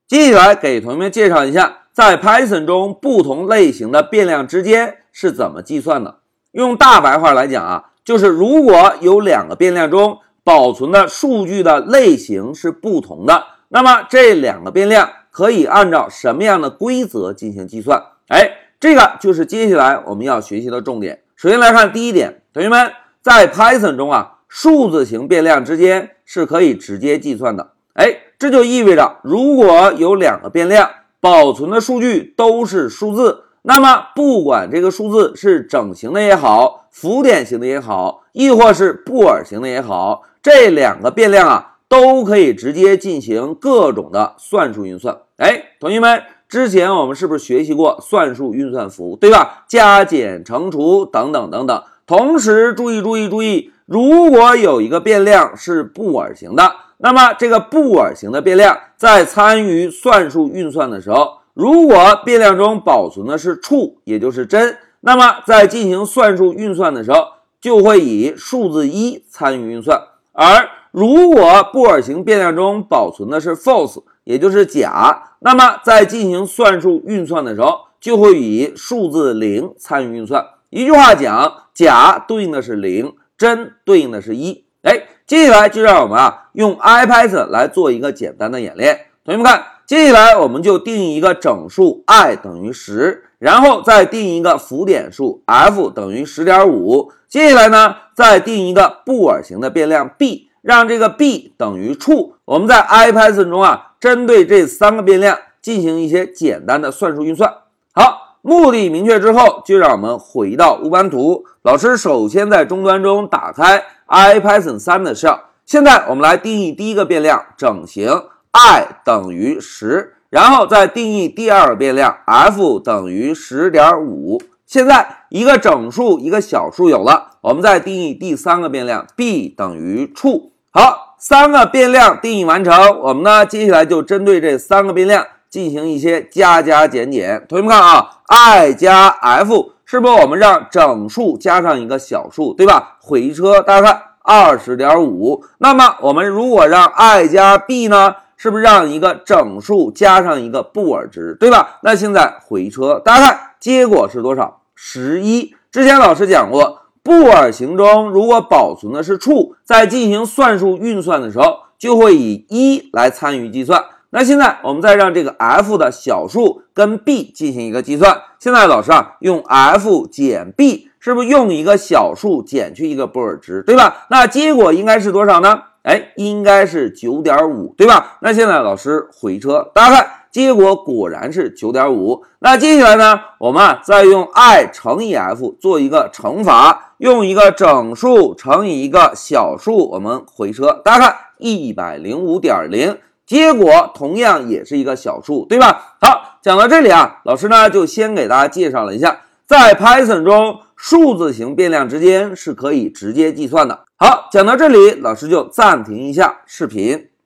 接下来给同学们介绍一下，在 Python 中不同类型的变量之间是怎么计算的。用大白话来讲啊，就是如果有两个变量中保存的数据的类型是不同的，那么这两个变量可以按照什么样的规则进行计算？这个就是接下来我们要学习的重点。首先来看第一点，同学们在 Python 中啊，数字型变量之间是可以直接计算的。这就意味着如果有两个变量保存的数据都是数字，那么不管这个数字是整形的也好，浮点型的也好，亦或是布尔型的也好，这两个变量啊都可以直接进行各种的算术运算。同学们之前我们是不是学习过算术运算符，对吧？加减乘除等等等等。同时注意，如果有一个变量是布尔型的，那么这个布尔型的变量在参与算术运算的时候，如果变量中保存的是 true， 也就是真，那么在进行算术运算的时候就会以数字1参与运算。而如果布尔型变量中保存的是 false， 也就是假，那么在进行算术运算的时候就会以数字0参与运算。一句话讲，假对应的是0，真对应的是1。接下来就让我们用 IPython 来做一个简单的演练。同学们看，接下来我们就定义一个整数 i 等于10，然后再定义一个浮点数 f 等于 10.5。接下来呢，再定一个布尔型的变量 b， 让这个 b 等于 true。我们在 IPython 中针对这3个变量进行一些简单的算术运算。好，目的明确之后，就让我们回到乌班图。老师首先在终端中打开 IPython 3的 shell， 现在我们来定义第一个变量整形 i 等于10，然后再定义第二个变量 f 等于 10.5。现在一个整数一个小数有了，我们再定义第三个变量 b 等于 true。好，3个变量定义完成，我们呢接下来就针对这3个变量进行一些加加减减。同学们看i 加 f 是不是我们让整数加上一个小数，对吧？回车大家看 20.5。 那么我们如果让 i 加 b 呢，是不是让一个整数加上一个布尔值，对吧？那现在回车大家看结果是多少？11。之前老师讲过，布尔型中如果保存的是 true， 在进行算术运算的时候就会以1来参与计算。那现在我们再让这个 f 的小数跟 b 进行一个计算。现在老师用 f 减 b， 是不是用一个小数减去一个布尔值，对吧？那结果应该是多少呢？应该是 9.5， 对吧？那现在老师回车，大家看结果果然是 9.5。 那接下来呢，我们再用 i 乘以 f 做一个乘法，用一个整数乘以一个小数，我们回车，大家看 105.0， 结果同样也是一个小数，对吧？好，讲到这里老师呢就先给大家介绍了一下，在 Python 中数字型变量之间是可以直接计算的。好，讲到这里，老师就暂停一下视频。